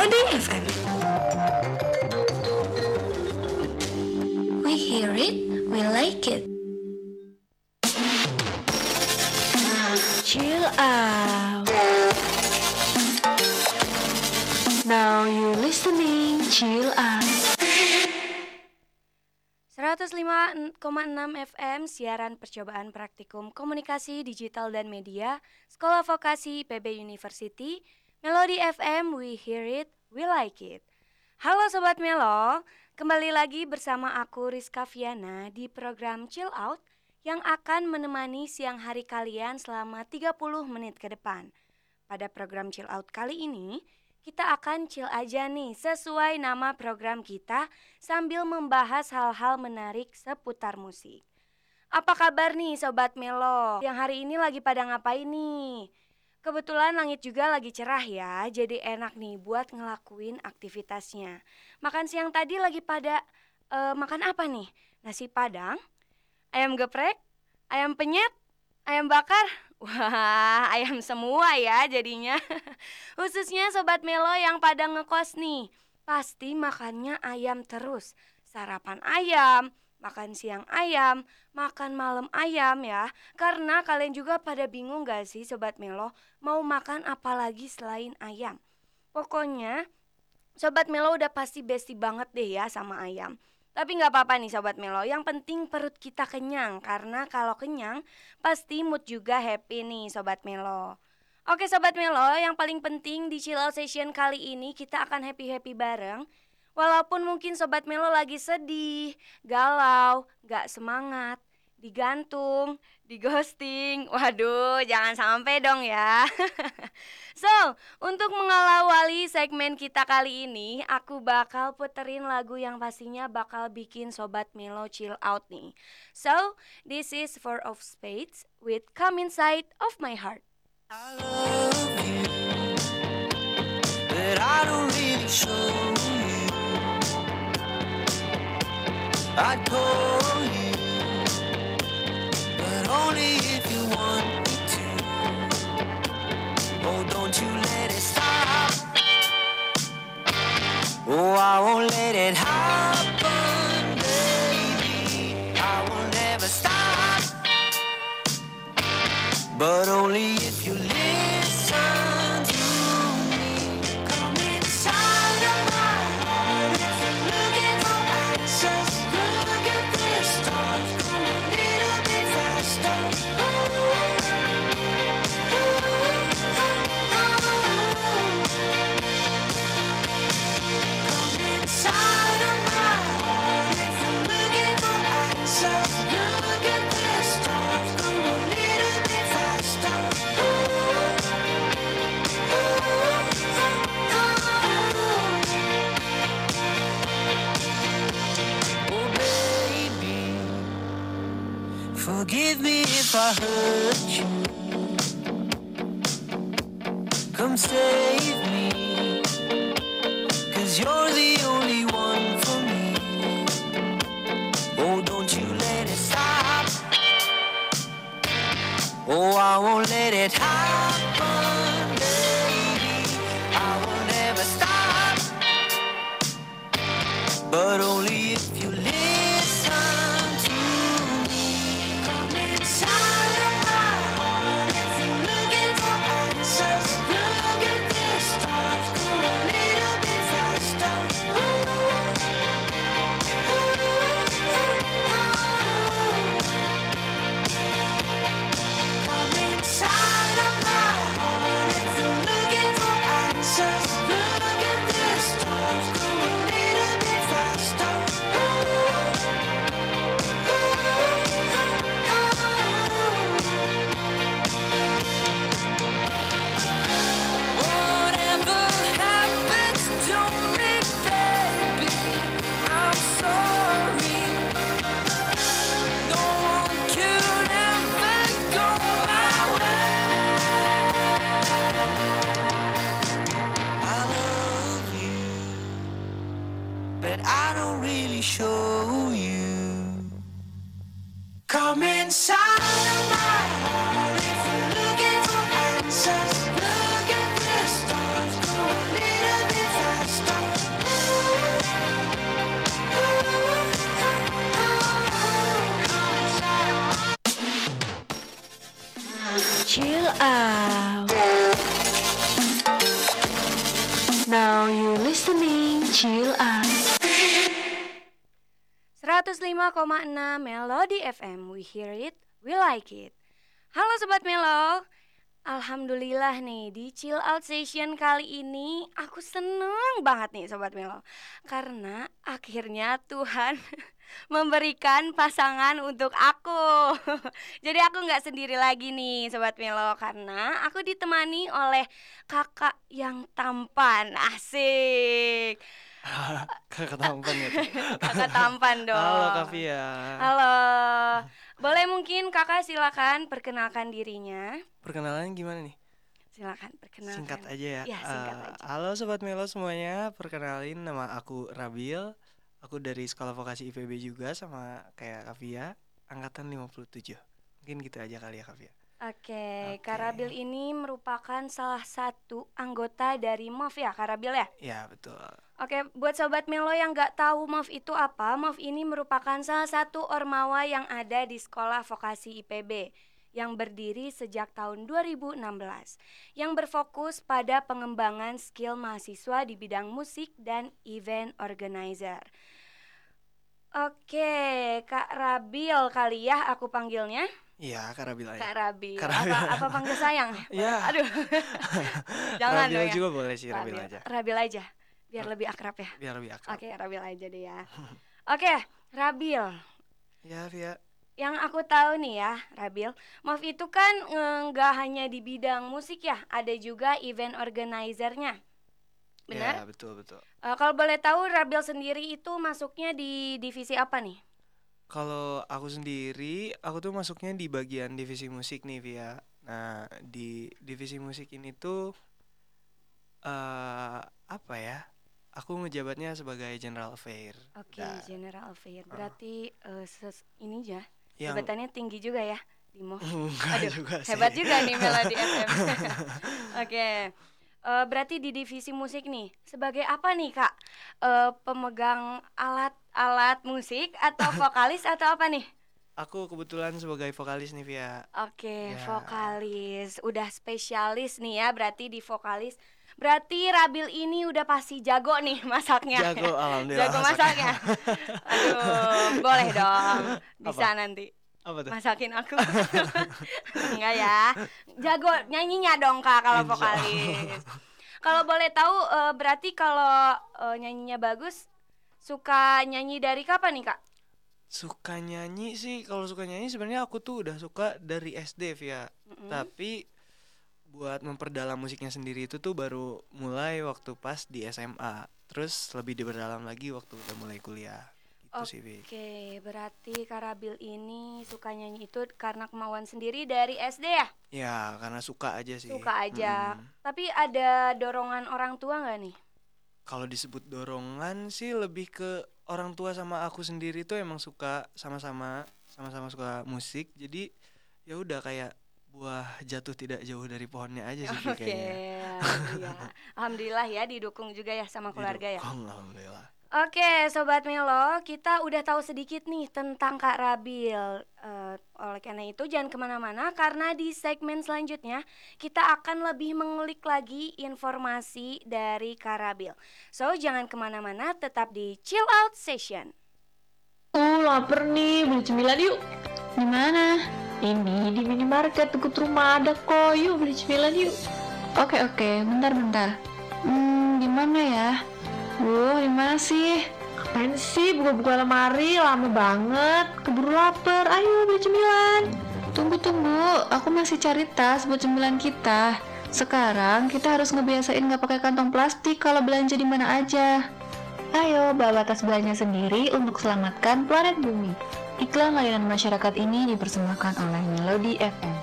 Melody FM. We hear it, we like it. Chill out. Now you listening, chill out. 105,6 FM siaran percobaan praktikum komunikasi digital dan media Sekolah Vokasi PB University. Melody FM, we hear it, we like it. Halo Sobat Melo, kembali lagi bersama aku Rizka Fiana di program Chill Out yang akan menemani siang hari kalian selama 30 menit ke depan. Pada program Chill Out kali ini, kita akan chill aja nih sesuai nama program kita sambil membahas hal-hal menarik seputar musik. Apa kabar nih Sobat Melo? Yang hari ini lagi pada ngapain nih? Kebetulan langit juga lagi cerah ya, jadi enak nih buat ngelakuin aktivitasnya. Makan siang tadi lagi pada makan apa nih? Nasi padang, ayam geprek, ayam penyet, ayam bakar. Wah, ayam semua ya jadinya. Khususnya Sobat Melo yang pada ngekos nih, pasti makannya ayam terus. Sarapan ayam, makan siang ayam, makan malam ayam ya. Karena kalian juga pada bingung gak sih Sobat Melo mau makan apa lagi selain ayam. Pokoknya Sobat Melo udah pasti bestie banget deh ya sama ayam. Tapi gak apa-apa nih Sobat Melo, yang penting perut kita kenyang. Karena kalau kenyang pasti mood juga happy nih Sobat Melo. Oke Sobat Melo, yang paling penting di Chill Out Session kali ini kita akan happy-happy bareng. Walaupun mungkin Sobat Melo lagi sedih, galau, gak semangat, digantung, dighosting. Waduh, jangan sampai dong ya. So, untuk mengawali segmen kita kali ini, aku bakal puterin lagu yang pastinya bakal bikin Sobat Melo chill out nih. So, this is Four of Spades with Come Inside of My Heart. I love you, but I don't really show you. I call you, but only if you want me to. Oh, don't you let it stop. Oh, I won't let it happen, baby. I will never stop, but only if you listen to me. Come inside of my heart if you're looking for answers. Look at this stars, go a little bit faster. Come inside of my heart if you're looking for answers. Look at this stars, go a little bit faster. Oh baby, forgive me if I hurt you. Come save me, 'cause you're the only one for me. Oh, don't you let it stop. Oh, I won't let it happen, baby. I will never stop, but only if you listen to me. Come inside of my heart if you're looking for answers. Look at this stars, go a little bit faster. Come inside of my heart if you're looking for answers. Look at this stars, go a little bit faster. Whatever happens to me, baby, I'm sorry. No one could ever go my way. I love you, but I don't really show you. Come inside of my heart if you're looking for answers. Look at the stars, go a little bit faster. chill out. 105,6 Melody FM, we hear it, we like it. Halo Sobat Melo, alhamdulillah nih di chill out session kali ini aku seneng banget nih Sobat Melo. Karena akhirnya Tuhan memberikan pasangan untuk aku. Jadi aku gak sendiri lagi nih Sobat Melo, karena aku ditemani oleh kakak yang tampan. Asik. Kakak tampan gitu. Kakak tampan dong. Halo Kak Via. Halo. Boleh mungkin kakak silakan perkenalkan dirinya. Perkenalan gimana nih? Silakan perkenalkan. Singkat aja ya. Ya, singkat aja. Halo Sobat Melo semuanya, perkenalin nama aku Rabil. Aku dari Sekolah Vokasi IPB juga sama kayak Kak Via, angkatan 57. Mungkin gitu aja kali ya Kak Via. Oke, Kak Rabil ini merupakan salah satu anggota dari MOF ya Kak Rabil ya? Ya betul. Oke, buat Sobat Melo yang gak tahu MOF itu apa, MOF ini merupakan salah satu ormawa yang ada di Sekolah Vokasi IPB yang berdiri sejak tahun 2016, yang berfokus pada pengembangan skill mahasiswa di bidang musik dan event organizer. Oke, Kak Rabil kali ya aku panggilnya. Iya Kak Rabil aja. Kak Rabil. Kak Rabil. Apa panggil sayang? Ya. Aduh. Jangan Rabil dong ya. juga boleh sih, Rabil aja. Rabil aja. Biar lebih akrab ya. Biar lebih akrab. Oke, Rabil aja deh ya. Oke, Rabil. Ya Via. Yang aku tahu nih ya, Rabil, MOF itu kan nggak hanya di bidang musik ya, ada juga event organizer-nya. Benar? Ya betul. Kalau boleh tahu Rabil sendiri itu masuknya di divisi apa nih? Kalau aku sendiri, aku tuh masuknya di bagian divisi musik nih Via. Nah di divisi musik ini tuh apa ya? Aku ngejabatnya sebagai General Affair. Oke, Nah, General Affair. Berarti ini ya, yang jabatannya tinggi juga ya di MOF. enggak Aduh, juga sih. hebat juga nih Melody FM. Oke. Berarti di divisi musik nih, sebagai apa nih Kak? Pemegang alat musik atau vokalis atau apa nih? Aku kebetulan sebagai vokalis nih Via. Oke, Ya. vokalis. Udah spesialis nih ya berarti di vokalis. Berarti Rabil ini udah pasti jago nih masaknya. Jago, alhamdulillah Jago masaknya. masaknya. Aduh, boleh dong. Bisa Apa? nanti Apa tuh? masakin aku. Enggak ya. Jago nyanyinya dong Kak kalau Insya vokalis. Kalau boleh tahu berarti kalau nyanyinya bagus, suka nyanyi dari kapan nih Kak? Suka nyanyi sih, kalau suka nyanyi sebenarnya aku tuh udah suka dari SD Via. Tapi buat memperdalam musiknya sendiri itu tuh baru mulai waktu pas di SMA. Terus lebih diperdalam lagi waktu udah mulai kuliah. Gitu sih Vi. Oke, berarti Kak Rabil ini suka nyanyi itu karena kemauan sendiri dari SD ya? Ya karena suka aja sih. Suka aja. Mm-mm. Tapi ada dorongan orang tua nggak nih? Kalau disebut dorongan sih lebih ke orang tua sama aku sendiri tuh emang suka sama-sama suka musik. Jadi ya udah kayak buah jatuh tidak jauh dari pohonnya aja sih Vi, Oke, kayaknya. iya. Alhamdulillah ya didukung juga ya sama keluarga ya. Didukung, alhamdulillah. Oke, Sobat Melo, kita udah tahu sedikit nih tentang Kak Rabil. Oleh karena itu jangan kemana-mana karena di segmen selanjutnya kita akan lebih mengulik lagi informasi dari Kak Rabil. So, jangan kemana-mana, tetap di Chill Out Session. Lapar nih, beli cemilan yuk. Di mana? Ini di minimarket dekat rumah ada kok, yuk beli cemilan yuk. Oke, bentar. Di mana ya? Di mana sih? Apaan sih buka-buka lemari, lama banget. Keburu lapar, ayo beli cemilan. Tunggu, aku masih cari tas buat cemilan kita. Sekarang kita harus ngebiasain nggak pakai kantong plastik kalau belanja di mana aja. Ayo bawa tas belanja sendiri untuk selamatkan planet bumi. Iklan layanan masyarakat ini dipersembahkan oleh Melody FM.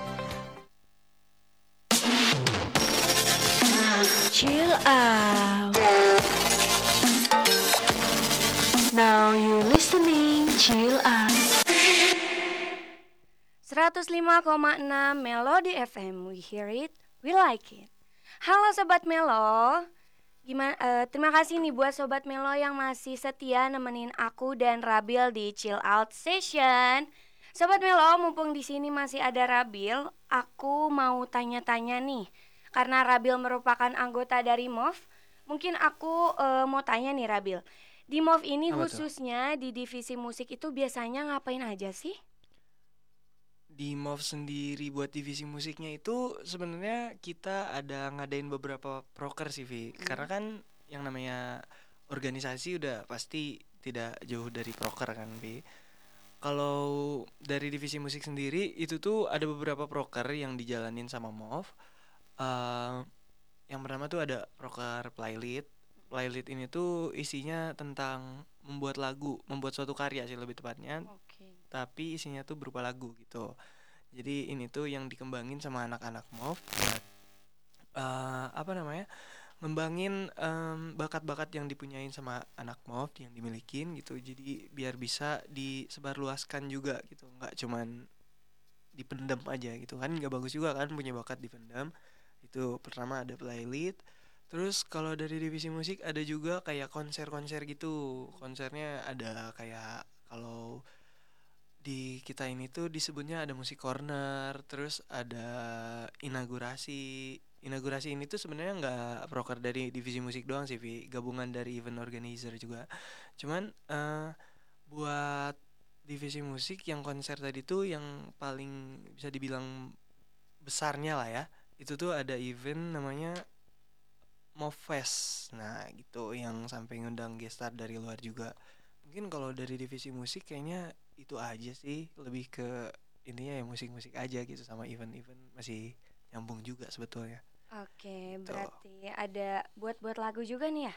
Chill out. Now you listening, chill out. 105,6 Melody FM, we hear it, we like it. Halo Sobat Melo, terima kasih nih buat Sobat Melo yang masih setia nemenin aku dan Rabil di Chill Out Session. Sobat Melo, mumpung di sini masih ada Rabil, aku mau tanya-tanya nih. Karena Rabil merupakan anggota dari MOF, Mungkin aku mau tanya nih Rabil. Di MOV ini Apa tuh? khususnya di divisi musik itu biasanya ngapain aja sih? Di MOV sendiri buat divisi musiknya itu sebenarnya kita ada ngadain beberapa proker sih Vi. Karena kan yang namanya organisasi udah pasti tidak jauh dari proker kan Vi. Kalau dari divisi musik sendiri itu tuh ada beberapa proker yang dijalanin sama MOV. Eh, yang pertama tuh ada proker playlist. Playlist ini tuh isinya tentang membuat lagu, membuat suatu karya sih lebih tepatnya, Oke. tapi isinya tuh berupa lagu gitu. Jadi ini tuh yang dikembangin sama anak-anak MOV buat apa namanya? Ngembangin bakat-bakat yang dipunyain sama anak MOV yang dimilikin gitu. Jadi biar bisa disebarluaskan juga gitu. Nggak cuman dipendam aja gitu kan, nggak bagus juga kan punya bakat dipendam. Itu pertama ada playlist. Terus kalau dari divisi musik ada juga kayak konser-konser gitu. Konsernya ada kayak kalau di kita ini tuh disebutnya ada musik corner, terus ada inaugurasi. Inaugurasi ini tuh sebenarnya nggak proker dari divisi musik doang sih, Vi. Gabungan dari event organizer juga. Cuman buat divisi musik yang konser tadi tuh yang paling bisa dibilang besarnya lah ya. Itu tuh ada event namanya Movefest. Nah, gitu yang sampai ngundang gestar dari luar juga. Mungkin kalau dari divisi musik kayaknya itu aja sih, lebih ke intinya ya musik-musik aja gitu sama event-event masih nyambung juga sebetulnya. Oke, Gitu. berarti ada buat-buat lagu juga nih ya?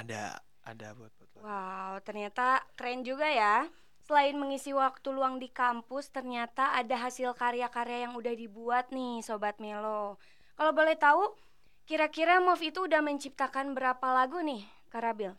Ada buat lagu. Wow, ternyata keren juga ya. Selain mengisi waktu luang di kampus, ternyata ada hasil karya-karya yang udah dibuat nih, Sobat Melo. Kalau boleh tahu, kira-kira MOV itu udah menciptakan berapa lagu nih, Karabil?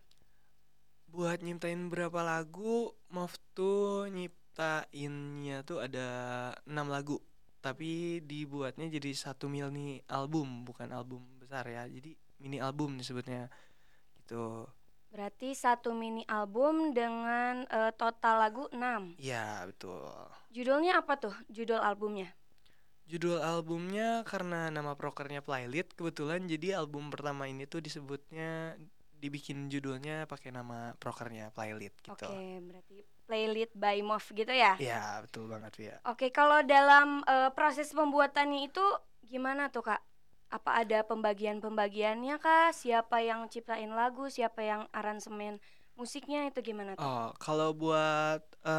Buat nyiptain berapa lagu, Mov tuh nyiptainnya tuh ada 6 lagu. Tapi dibuatnya jadi satu mini album, bukan album besar ya. Jadi mini album disebutnya gitu. Berarti satu mini album dengan total lagu 6. Iya, betul. Judulnya apa tuh, judul albumnya? Judul albumnya karena nama prokernya Playlist kebetulan jadi album pertama ini tuh disebutnya dibikin judulnya pakai nama prokernya Playlist gitu. Oke, berarti Playlist by MOV gitu ya? Iya, betul banget Via. Oke, kalau dalam proses pembuatannya itu gimana tuh Kak? Apa ada pembagian-pembagiannya Kak? Siapa yang ciptain lagu, siapa yang aransemen musiknya itu gimana tuh? Oh, kalau buat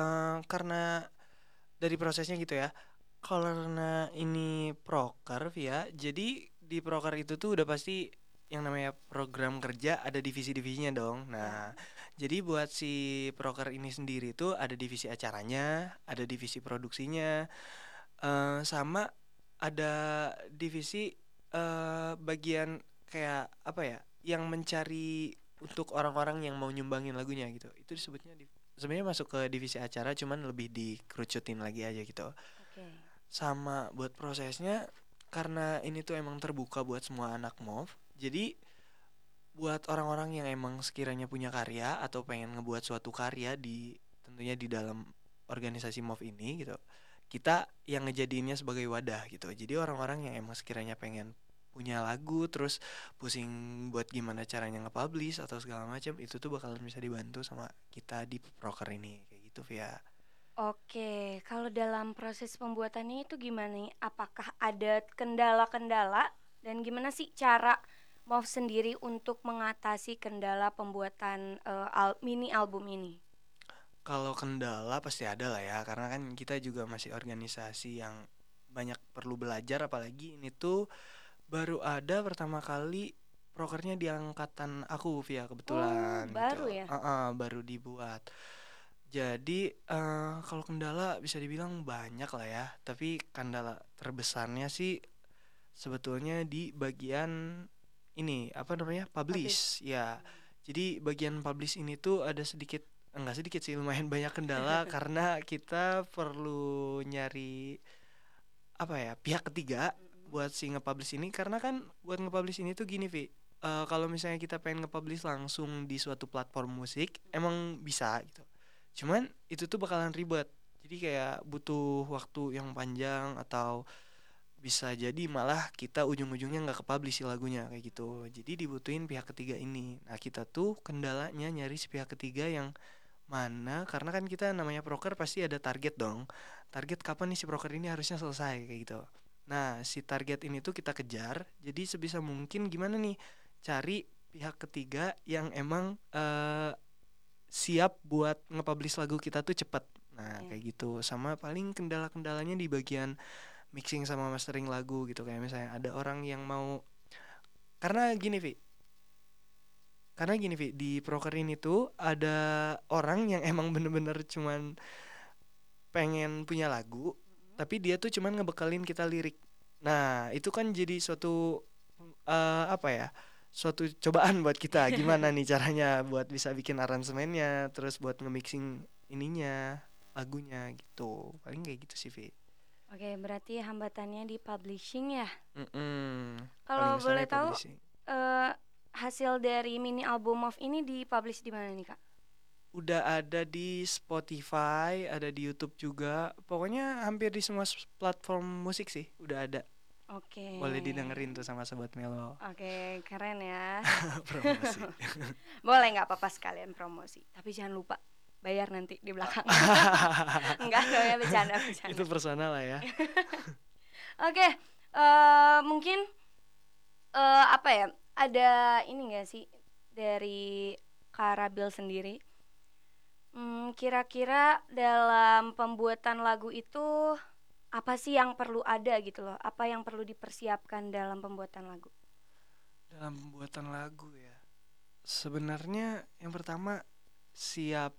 karena dari prosesnya gitu ya. Karena ini proker Via, jadi di proker itu tuh udah pasti yang namanya program kerja ada divisi-divisinya dong. Nah, jadi buat si proker ini sendiri tuh ada divisi acaranya, ada divisi produksinya, sama ada divisi bagian kayak apa ya, yang mencari untuk orang-orang yang mau nyumbangin lagunya gitu. Itu disebutnya sebenarnya masuk ke divisi acara, cuman lebih dikerucutin lagi aja gitu. Oke. Sama buat prosesnya karena ini tuh emang terbuka buat semua anak MOV. Jadi buat orang-orang yang emang sekiranya punya karya atau pengen ngebuat suatu karya di tentunya di dalam organisasi MOV ini gitu. Kita yang ngejadiinnya sebagai wadah gitu. Jadi orang-orang yang emang sekiranya pengen punya lagu terus pusing buat gimana caranya nge-publish atau segala macam itu tuh bakalan bisa dibantu sama kita di proker ini kayak gitu Via. Oke, kalau dalam proses pembuatannya itu gimana nih? Apakah ada kendala-kendala dan gimana sih cara MOV sendiri untuk mengatasi kendala pembuatan mini album ini? Kalau kendala pasti ada lah ya, karena kan kita juga masih organisasi yang banyak perlu belajar, apalagi ini tuh baru ada pertama kali prokernya di angkatan aku via kebetulan baru gitu. ya? Baru dibuat. Jadi kalau kendala bisa dibilang banyak lah ya, tapi kendala terbesarnya sih sebetulnya di bagian ini apa namanya publish ya. Jadi bagian publish ini tuh ada sedikit enggak sedikit sih lumayan banyak kendala karena kita perlu nyari apa ya pihak ketiga buat si nge-publish ini karena kan buat nge-publish ini tuh gini Vi. Kalau misalnya kita pengen nge-publish langsung di suatu platform musik emang bisa gitu. Cuman itu tuh bakalan ribet. Jadi kayak butuh waktu yang panjang atau bisa jadi malah kita ujung-ujungnya nggak ke-publish si lagunya kayak gitu. Jadi dibutuhin pihak ketiga ini. Nah, kita tuh kendalanya nyari si pihak ketiga yang mana, karena kan kita namanya proker pasti ada target dong. Target kapan nih si proker ini harusnya selesai kayak gitu. Nah, si target ini tuh kita kejar. Jadi sebisa mungkin gimana nih cari pihak ketiga yang emang siap buat nge-publish lagu kita tuh cepet. Nah, Oke. kayak gitu. Sama paling kendala-kendalanya di bagian mixing sama mastering lagu gitu. Kayak misalnya ada orang yang mau, karena gini Vi, di proker ini tuh ada orang yang emang bener-bener cuman pengen punya lagu, tapi dia tuh cuman ngebekalin kita lirik. Nah, itu kan jadi suatu apa ya? Suatu cobaan buat kita. Gimana nih caranya buat bisa bikin aransemennya, terus buat nge-mixing ininya, lagunya gitu. Paling kayak gitu sih, Vi. Oke, berarti hambatannya di publishing ya. Paling Kalau boleh masalahnya tahu, publishing. hasil dari mini album of ini dipublish di mana nih, Kak? Udah ada di Spotify, ada di YouTube juga. Pokoknya hampir di semua platform musik sih udah ada. Oke. Boleh didengerin tuh sama Sobat Melo. Oke, keren ya. Promosi. Boleh, nggak apa-apa sekalian promosi. Tapi jangan lupa bayar nanti di belakang. Enggak dong ya, bercanda. Itu personal lah ya. Oke, mungkin apa ya? Ada ini nggak sih dari Kak Rabil sendiri? Kira-kira dalam pembuatan lagu itu apa sih yang perlu ada gitu loh? Apa yang perlu dipersiapkan dalam pembuatan lagu? Dalam pembuatan lagu ya, sebenarnya yang pertama siap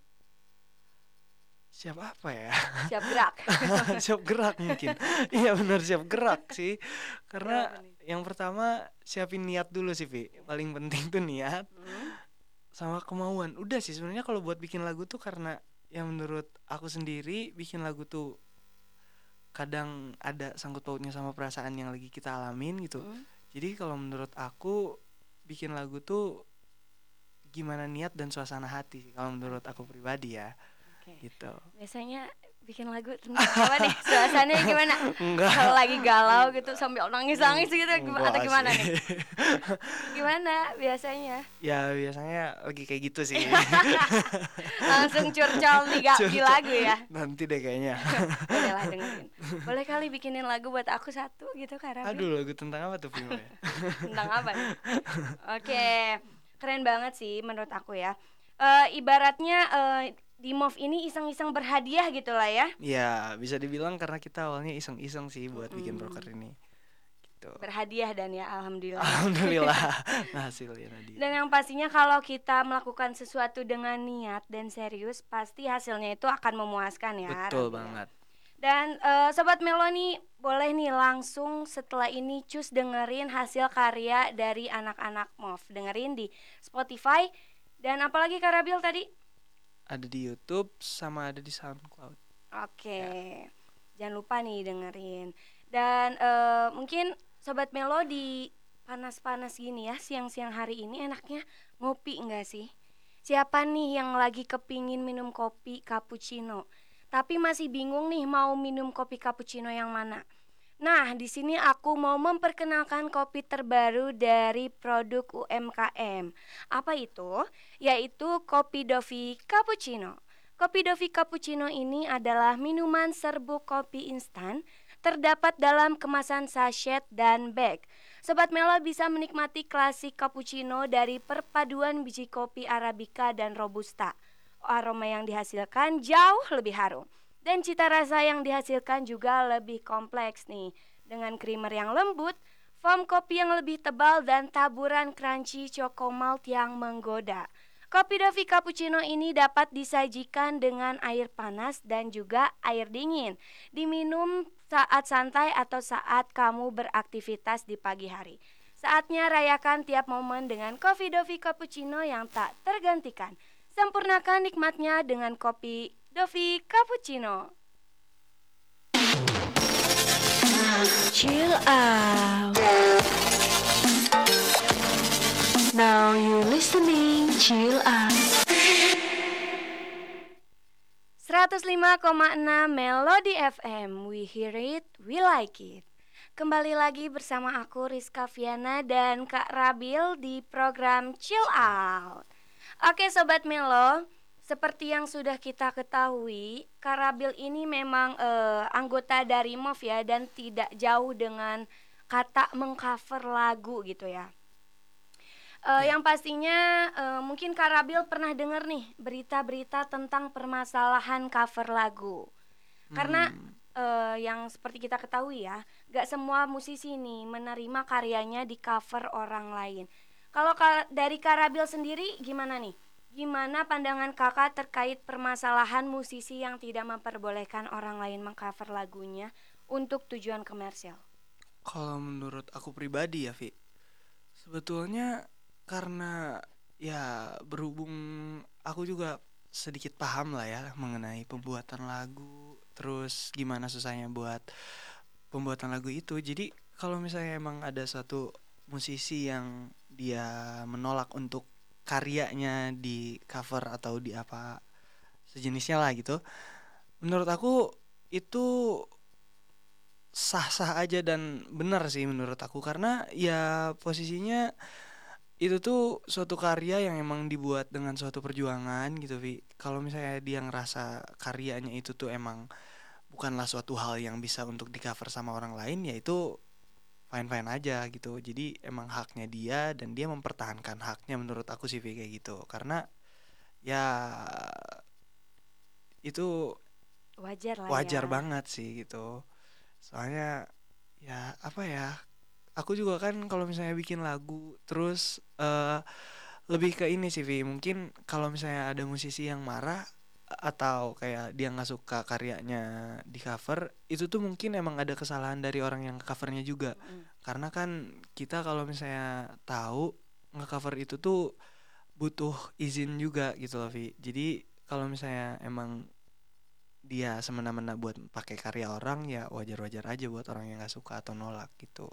apa ya? Siap gerak. Siap gerak mungkin. Iya benar, siap gerak sih. Karena Kenapa nih? yang pertama siapin niat dulu sih, Vi. Paling penting tuh niat sama kemauan. Udah sih sebenarnya kalau buat bikin lagu tuh, karena yang menurut aku sendiri bikin lagu tuh kadang ada sangkut pautnya sama perasaan yang lagi kita alamin gitu. Jadi kalau menurut aku bikin lagu tuh gimana niat dan suasana hati sih kalau menurut aku pribadi ya. Oke. Gitu. Biasanya bikin lagu tentang apa nih? Suasananya gimana? Enggak. Kalau lagi galau gitu sambil nangis-nangis gitu Enggak atau gimana sih. nih? Gimana biasanya? Ya biasanya lagi kayak gitu sih. Langsung curcol di lagu ya. Nanti deh kayaknya. Boleh lah dengerin. Boleh kali bikinin lagu buat aku satu gitu Kak Rabi. Aduh, lagu tentang apa tuh film ya? Tentang apa nih? Oke, keren banget sih menurut aku ya. Ibaratnya di MOV ini iseng-iseng berhadiah gitu lah ya. Ya bisa dibilang karena kita awalnya iseng-iseng sih buat bikin broker ini. Gitu. Berhadiah dan ya alhamdulillah. Alhamdulillah. Nah, hasilnya tadi. Dan yang pastinya kalau kita melakukan sesuatu dengan niat dan serius, pasti hasilnya itu akan memuaskan ya. Betul Rabi ya. banget. Dan Sobat Melo nih boleh nih langsung setelah ini cus dengerin hasil karya dari anak-anak MOV. Dengerin di Spotify dan apalagi Kak Rabil tadi? Ada di YouTube sama ada di SoundCloud. Oke. Jangan lupa nih dengerin. Dan mungkin Sobat Melo di panas-panas gini ya, siang-siang hari ini enaknya ngopi enggak sih? Siapa nih yang lagi kepingin minum kopi cappuccino, tapi masih bingung nih mau minum kopi cappuccino yang mana? Nah, di sini aku mau memperkenalkan kopi terbaru dari produk UMKM. Apa itu? Yaitu Kopi Dovi Cappuccino. Kopi Dovi Cappuccino ini adalah minuman serbuk kopi instan, terdapat dalam kemasan sachet dan bag. Sobat Melo bisa menikmati klasik cappuccino dari perpaduan biji kopi Arabica dan Robusta. Aroma yang dihasilkan jauh lebih harum. Dan cita rasa yang dihasilkan juga lebih kompleks nih. Dengan creamer yang lembut, foam kopi yang lebih tebal, dan taburan crunchy choco malt yang menggoda. Kopi Dovi Cappuccino ini dapat disajikan dengan air panas dan juga air dingin. Diminum saat santai atau saat kamu beraktivitas di pagi hari. Saatnya rayakan tiap momen dengan Kopi Dovi Cappuccino yang tak tergantikan. Sempurnakan nikmatnya dengan Kopi Dovi Cappuccino. Chill out. Now you listening, chill out. 105,6 Melody FM, we hear it, we like it. Kembali lagi bersama aku Rizka Viana dan Kak Rabil di program Chill Out. Oke Sobat Melo, seperti yang sudah kita ketahui, Kak Rabil ini memang anggota dari MOV ya, dan tidak jauh dengan kata mengcover lagu gitu ya. Yang pastinya mungkin Kak Rabil pernah dengar nih berita-berita tentang permasalahan cover lagu. Karena yang seperti kita ketahui ya, gak semua musisi nih menerima karyanya di cover orang lain. Kalau dari Kak Rabil sendiri gimana nih? Gimana pandangan kakak terkait permasalahan musisi yang tidak memperbolehkan orang lain mengcover lagunya untuk tujuan komersial? Kalau menurut aku pribadi ya, Vi, sebetulnya karena ya berhubung aku juga sedikit paham lah ya mengenai pembuatan lagu, terus gimana susahnya buat pembuatan lagu itu. Jadi kalau misalnya emang ada satu musisi yang dia menolak untuk karyanya di cover atau di apa sejenisnya lah gitu, menurut aku itu sah-sah aja dan benar sih menurut aku, karena ya posisinya itu tuh suatu karya yang emang dibuat dengan suatu perjuangan gitu, Vi. Kalau misalnya dia ngerasa karyanya itu tuh emang bukanlah suatu hal yang bisa untuk di cover sama orang lain, ya itu fine-fine aja gitu. Jadi emang haknya dia dan dia mempertahankan haknya, menurut aku sih, Vi, kayak gitu. Karena ya itu Wajar lah wajar ya. banget sih gitu. Soalnya ya apa ya, aku juga kan kalau misalnya bikin lagu terus lebih ke ini sih, Vi. Mungkin kalau misalnya ada musisi yang marah atau kayak dia nggak suka karyanya di cover, itu tuh mungkin emang ada kesalahan dari orang yang covernya juga. Karena kan kita kalau misalnya tahu nge-cover itu tuh butuh izin juga gitu loh, Vi. Jadi kalau misalnya emang dia semena-mena buat pakai karya orang, ya wajar-wajar aja buat orang yang nggak suka atau nolak gitu.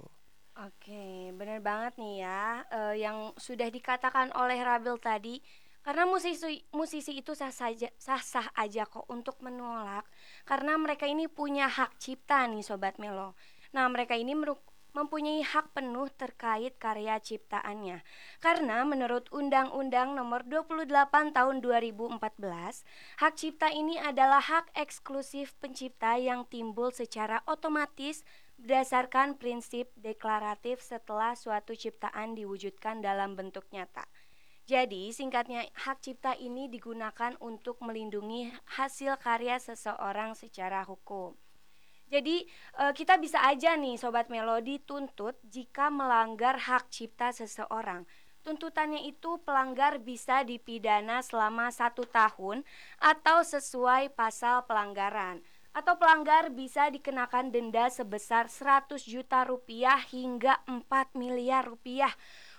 Oke, benar banget nih ya, yang sudah dikatakan oleh Rabil tadi. Karena musisi itu sah-sah aja kok untuk menolak, karena mereka ini punya hak cipta nih Sobat Melo. Nah, mereka ini mempunyai hak penuh terkait karya ciptaannya. Karena menurut Undang-Undang Nomor 28 Tahun 2014, hak cipta ini adalah hak eksklusif pencipta yang timbul secara otomatis berdasarkan prinsip deklaratif setelah suatu ciptaan diwujudkan dalam bentuk nyata. Jadi, singkatnya, hak cipta ini digunakan untuk melindungi hasil karya seseorang secara hukum. Jadi, kita bisa aja nih Sobat Melo dituntut jika melanggar hak cipta seseorang. Tuntutannya itu pelanggar bisa dipidana selama 1 tahun atau sesuai pasal pelanggaran. Atau pelanggar bisa dikenakan denda sebesar 100 juta rupiah hingga 4 miliar rupiah.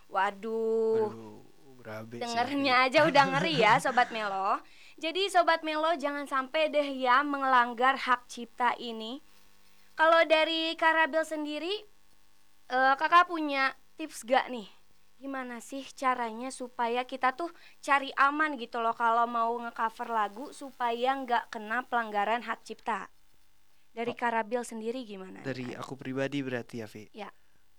Waduh, Aduh, berabe sih, Vi. dengernya aja udah ngeri ya Sobat Melo. Jadi Sobat Melo jangan sampai deh ya melanggar hak cipta ini. Kalau dari Karabil sendiri, kakak punya tips gak nih? Gimana sih caranya supaya kita tuh cari aman gitu loh kalau mau nge-cover lagu supaya nggak kena pelanggaran hak cipta? Dari Karabil sendiri gimana? Dari aku pribadi berarti ya, Vi. Ya.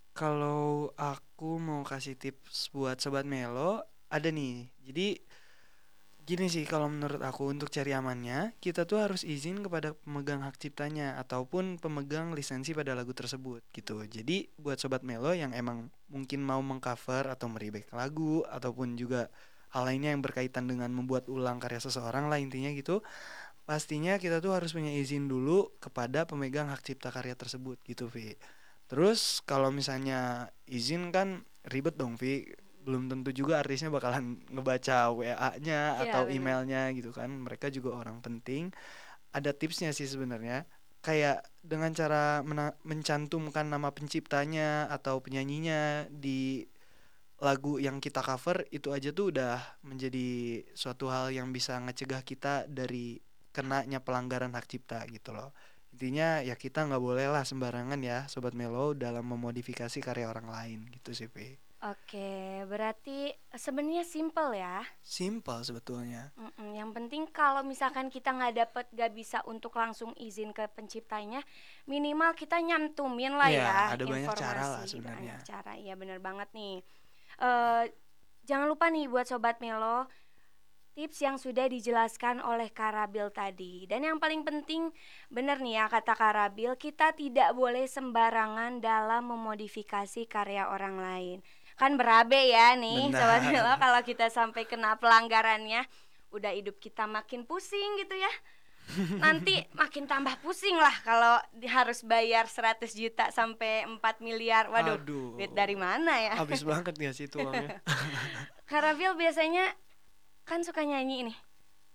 Kalau aku mau kasih tips buat Sobat Melo, ada nih. Jadi gini sih, kalau menurut aku untuk cari amannya, kita tuh harus izin kepada pemegang hak ciptanya ataupun pemegang lisensi pada lagu tersebut gitu. Jadi buat Sobat Melo yang emang mungkin mau mengcover atau meremake lagu ataupun juga hal lainnya yang berkaitan dengan membuat ulang karya seseorang lah intinya gitu, pastinya kita tuh harus punya izin dulu kepada pemegang hak cipta karya tersebut gitu, Vi. Terus kalau misalnya izin kan ribet dong, Vi. Belum tentu juga artisnya bakalan ngebaca WA-nya Iya, atau bener. emailnya gitu kan. Mereka juga orang penting. Ada tipsnya sih sebenarnya. Kayak dengan cara mencantumkan nama penciptanya atau penyanyinya di lagu yang kita cover, itu aja tuh udah menjadi suatu hal yang bisa ngecegah kita dari kenanya pelanggaran hak cipta gitu loh. Intinya ya kita nggak boleh lah sembarangan ya Sobat Melo dalam memodifikasi karya orang lain gitu sih, Pi. Oke, berarti sebenarnya simple ya. Simpel sebetulnya. Yang penting kalau misalkan kita nggak bisa untuk langsung izin ke penciptanya, minimal kita nyantumin lah Iya, ya ada banyak informasi. cara lah sebenarnya. Banyak cara, iya bener banget nih. Jangan lupa nih buat Sobat Melo, tips yang sudah dijelaskan oleh Karabil tadi. Dan yang paling penting, bener nih ya kata Karabil, kita tidak boleh sembarangan dalam memodifikasi karya orang lain. Kan berabe ya nih Benar. Sobat Melo kalau kita sampai kena pelanggarannya. Udah hidup kita makin pusing gitu ya. Nanti makin tambah pusing lah kalau harus bayar 100 juta sampai 4 miliar. Waduh, Aduh. duit dari mana ya? Habis banget gak sih itu uangnya? Karabil biasanya kan suka nyanyi nih.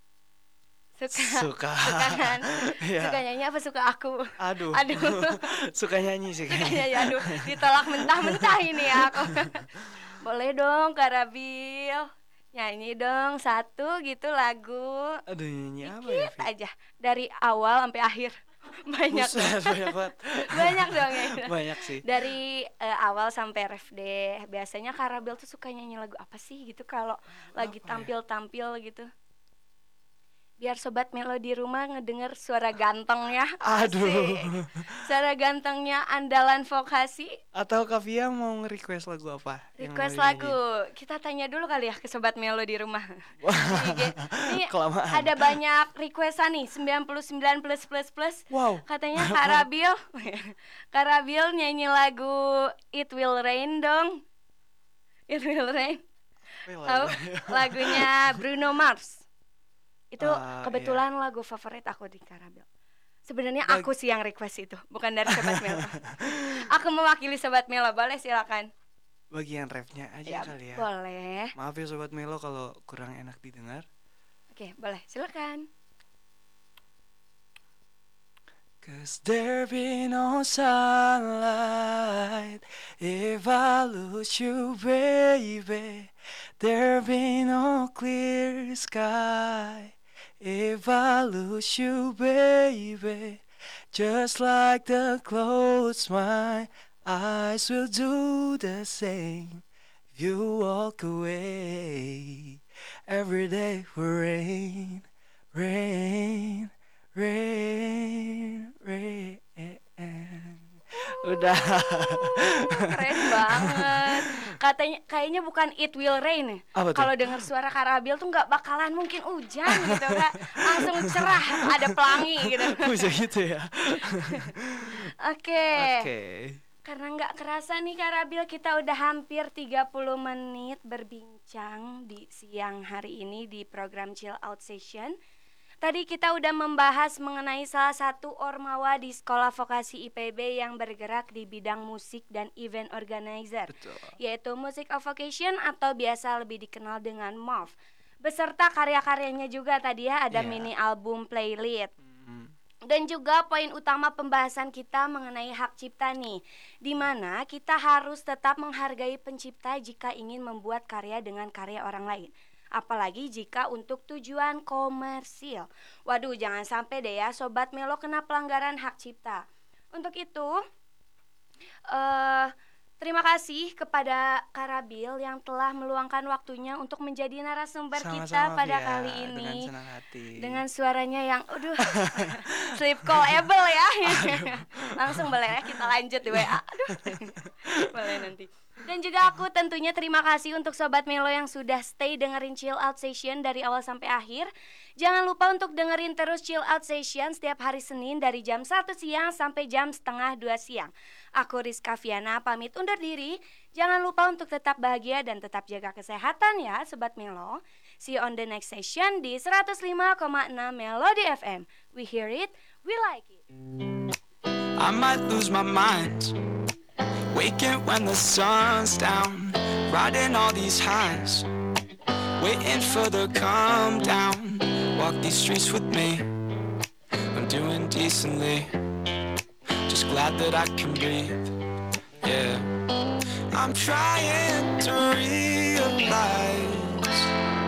Suka kan? Iya. Suka nyanyi apa suka aku? Aduh. Suka nyanyi sih kayaknya. Ya aduh, ditolak mentah-mentah ini ya aku. Boleh dong Karabil, nyanyi dong satu gitu lagu. Aduh, nyanyi apa ya, Dikit Vi? aja dari awal sampai akhir. Banyak Buset, banyak banget. banyak dong ya. Banyak sih. Dari awal sampai ref deh. Biasanya Karabil tuh suka nyanyi lagu apa sih gitu kalau lagi Apa ya? tampil-tampil gitu. Biar Sobat Melo di rumah ngedenger suara gantengnya. Aduh. Asik. Suara gantengnya andalan vokasi. Atau Kavia mau nge-request lagu apa? yang mau Request dinyanyiin? lagu. Kita tanya dulu kali ya ke Sobat Melo di rumah. Ini Kelamaan. ada banyak requestan nih, 99 plus. Wow. Katanya Karabil nyanyi lagu It Will Rain dong. It Will Rain. Tahu lagunya Bruno Mars. Itu kebetulan lagu favorit aku di Karabil. Sebenarnya aku sih yang request itu, bukan dari Sobat Melo. Aku mewakili Sobat Melo, boleh silakan. Bagian refnya Ya, aja kali ya. boleh. Maaf ya Sobat Melo kalau kurang enak didengar. Oke, boleh. Silakan. 'Cause there be no sunlight if I lose you, baby. There be no clear sky if I lose you, baby. Just like the clothes, my eyes will do the same. If you walk away, every day will rain, rain, rain, rain. Udah. Keren banget. Katanya kayaknya bukan It Will Rain ya. Apa tuh? Kalau dengar suara Karabil tuh nggak bakalan mungkin hujan gitu Kak. Langsung cerah, ada pelangi gitu. Bisa gitu ya. Oke. Oke. Karena nggak kerasa nih Karabil, kita udah hampir 30 menit berbincang di siang hari ini di program Chill Out Session. Tadi kita udah membahas mengenai salah satu ormawa di Sekolah Vokasi IPB yang bergerak di bidang musik dan event organizer, Betul. yaitu Music of Vocation atau biasa lebih dikenal dengan MOV. Beserta karya-karyanya juga tadi ya, ada Iya. mini album playlist. Hmm. Dan juga poin utama pembahasan kita mengenai hak cipta nih, di mana kita harus tetap menghargai pencipta jika ingin membuat karya dengan karya orang lain. Apalagi jika untuk tujuan komersil. Waduh, jangan sampai deh ya Sobat Melo kena pelanggaran hak cipta. Untuk itu terima kasih kepada Karabil yang telah meluangkan waktunya untuk menjadi narasumber kita Sama-sama, pada Via. kali ini. Dengan senang hati. Dengan suaranya yang sleep callable ya. Langsung boleh ya kita lanjut di WA. Aduh. Boleh nanti. Dan juga aku tentunya terima kasih untuk Sobat Melo yang sudah stay dengerin Chill Out Session dari awal sampai akhir. Jangan lupa untuk dengerin terus Chill Out Session setiap hari Senin dari jam 1 siang sampai jam setengah 2 siang. Aku Rizka Viana pamit undur diri. Jangan lupa untuk tetap bahagia dan tetap jaga kesehatan ya Sobat Melo. See you on the next session di 105,6 Melody FM. We hear it, we like it. I might lose my mind, waking when the sun's down, riding all these highs, waiting for the calm down. Walk these streets with me, I'm doing decently, just glad that I can breathe. Yeah, I'm trying to realize.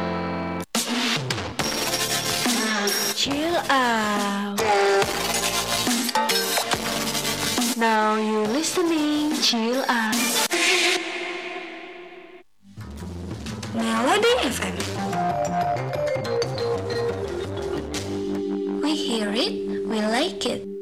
Chill out. Now you're listening, chill out. We hear it, we like it.